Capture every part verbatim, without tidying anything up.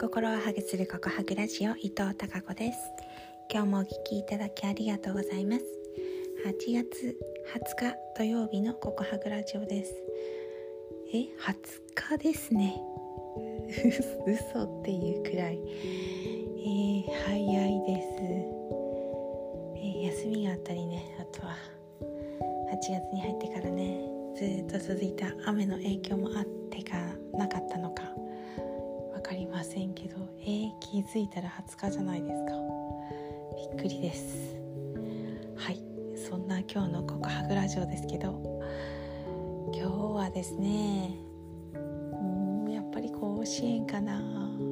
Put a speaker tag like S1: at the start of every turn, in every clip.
S1: 心をハグするココハグラジオ、伊藤孝子です。今日もお聞きいただきありがとうございます。はちがつはつか土曜日のココハグラジオです。え、はつかですね嘘っていうくらい、えー、早いです、えー、休みがあったりね、あとははちがつに入ってからね、ずっと続いた雨の影響もあってかなかったのかわかりませんけど、えー、気づいたらはつかじゃないですか。びっくりです。はい、そんな今日のココハグラジオですけど、今日はですね、うーんやっぱり甲子園かな、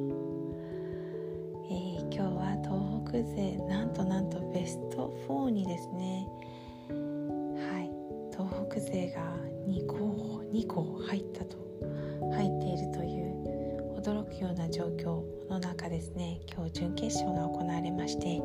S1: えー、今日は東北勢なんとなんとベストフォーにですね、はい、東北勢がにこにこ入ったと入っているという驚くような状況の中ですね、今日準決勝が行われまして、え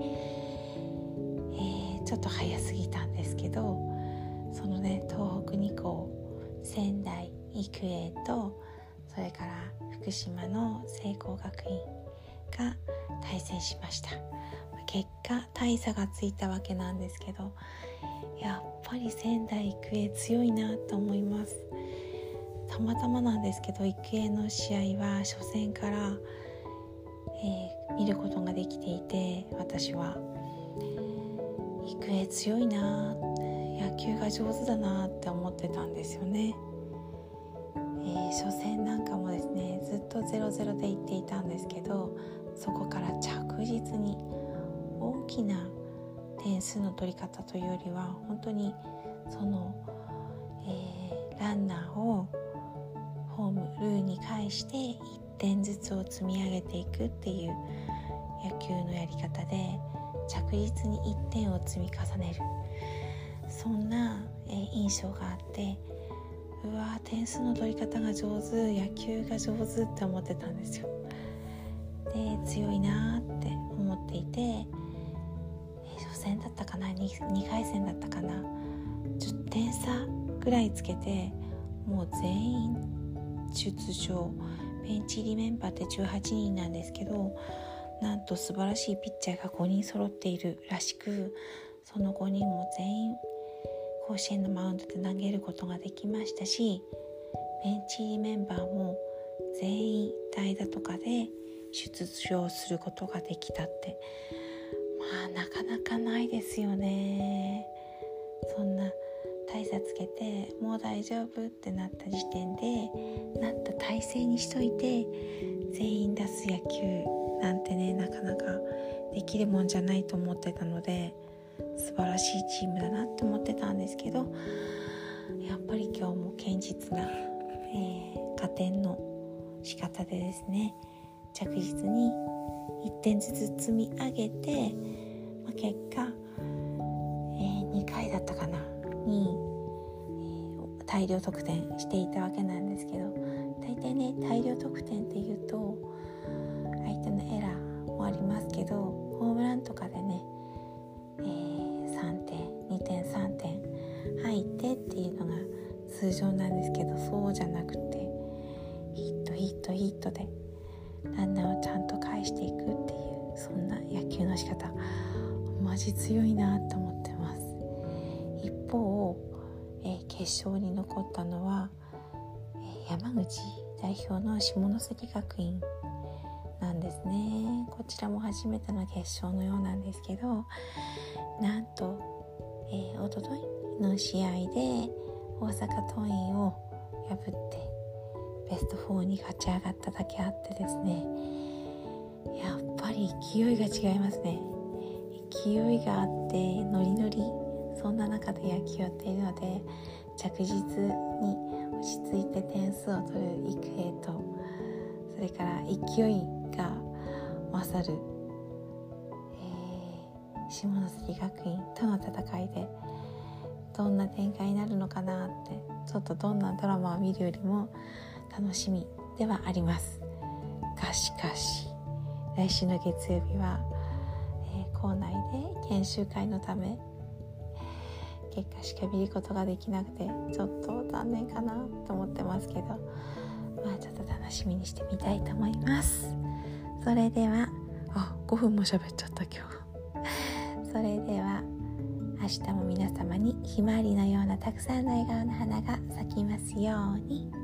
S1: ー、ちょっと早すぎたんですけど、そのね東北にこ仙台育英とそれから福島の聖光学院が対戦しました。結果大差がついたわけなんですけど、やっぱり仙台育英強いなと思います。たまたまなんですけど、育英の試合は初戦から、えー、見ることができていて、私は育英強いな、野球が上手だなって思ってたんですよね。えー、初戦なんかもですね、ずっとゼロゼロでいっていたんですけど、そこから着実に大きな点数の取り方というよりは、本当にその、えー、ランナーをホームルーに返していってんずつを積み上げていくっていう野球のやり方で、着実にいってんを積み重ねる、そんな、えー、印象があって、うわー点数の取り方が上手、野球が上手って思ってたんですよ。で強いなーって思っていて、えー、初戦だったかな 2, にかい戦だったかな、じゅってん差ぐらいつけて、もう全員出場、ベンチ入りメンバーってじゅうはちにんなんですけど、なんと素晴らしいピッチャーがごにん揃っているらしく、そのごにんも全員甲子園のマウンドで投げることができましたし、ベンチ入りメンバーも全員代打とかで出場することができたって、まあなかなかないですよね。そんな大差つけてもう大丈夫ってなった時点でなった体制にしといて全員出す野球なんてね、なかなかできるもんじゃないと思ってたので、素晴らしいチームだなって思ってたんですけど、やっぱり今日も堅実な、えー、加点の仕方でですね、着実にいってんずつ積み上げて、まあ、結果、えー、にかいだったかなに、えー、大量得点していたわけなんですけど、大体ね大量得点っていうと相手のエラーもありますけど、ホームランとかでね、えー、さんてんにてんさんてん入ってっていうのが通常なんですけど、そうじゃなくてヒットヒットヒットでランナーをちゃんと返していくっていう、そんな野球の仕方マジ強いなと思ってます。一方、えー、決勝に残ったのは、えー、山口代表の下関学院なんですね。こちらも初めての決勝のようなんですけど、なんと、えー、おとといの試合で大阪桐蔭を破ってベストフォーに勝ち上がっただけあってですね、やっぱり勢いが違いますね。勢いがあってノリノリ、そんな中で野球をやっているので、着実に落ち着いて点数を取る育英と、それから勢いが勝る、えー、下関学院との戦いでどんな展開になるのかなって、ちょっとどんなドラマを見るよりも楽しみではあります。がしかし来週の月曜日は、えー、校内で研修会のため結果しか見ることができなくて、ちょっと残念かなと思ってますけど、まあちょっと楽しみにしてみたいと思います。 それではあごふんも喋っちゃった今日それでは明日も皆様にひまわりのようなたくさんの笑顔の花が咲きますように。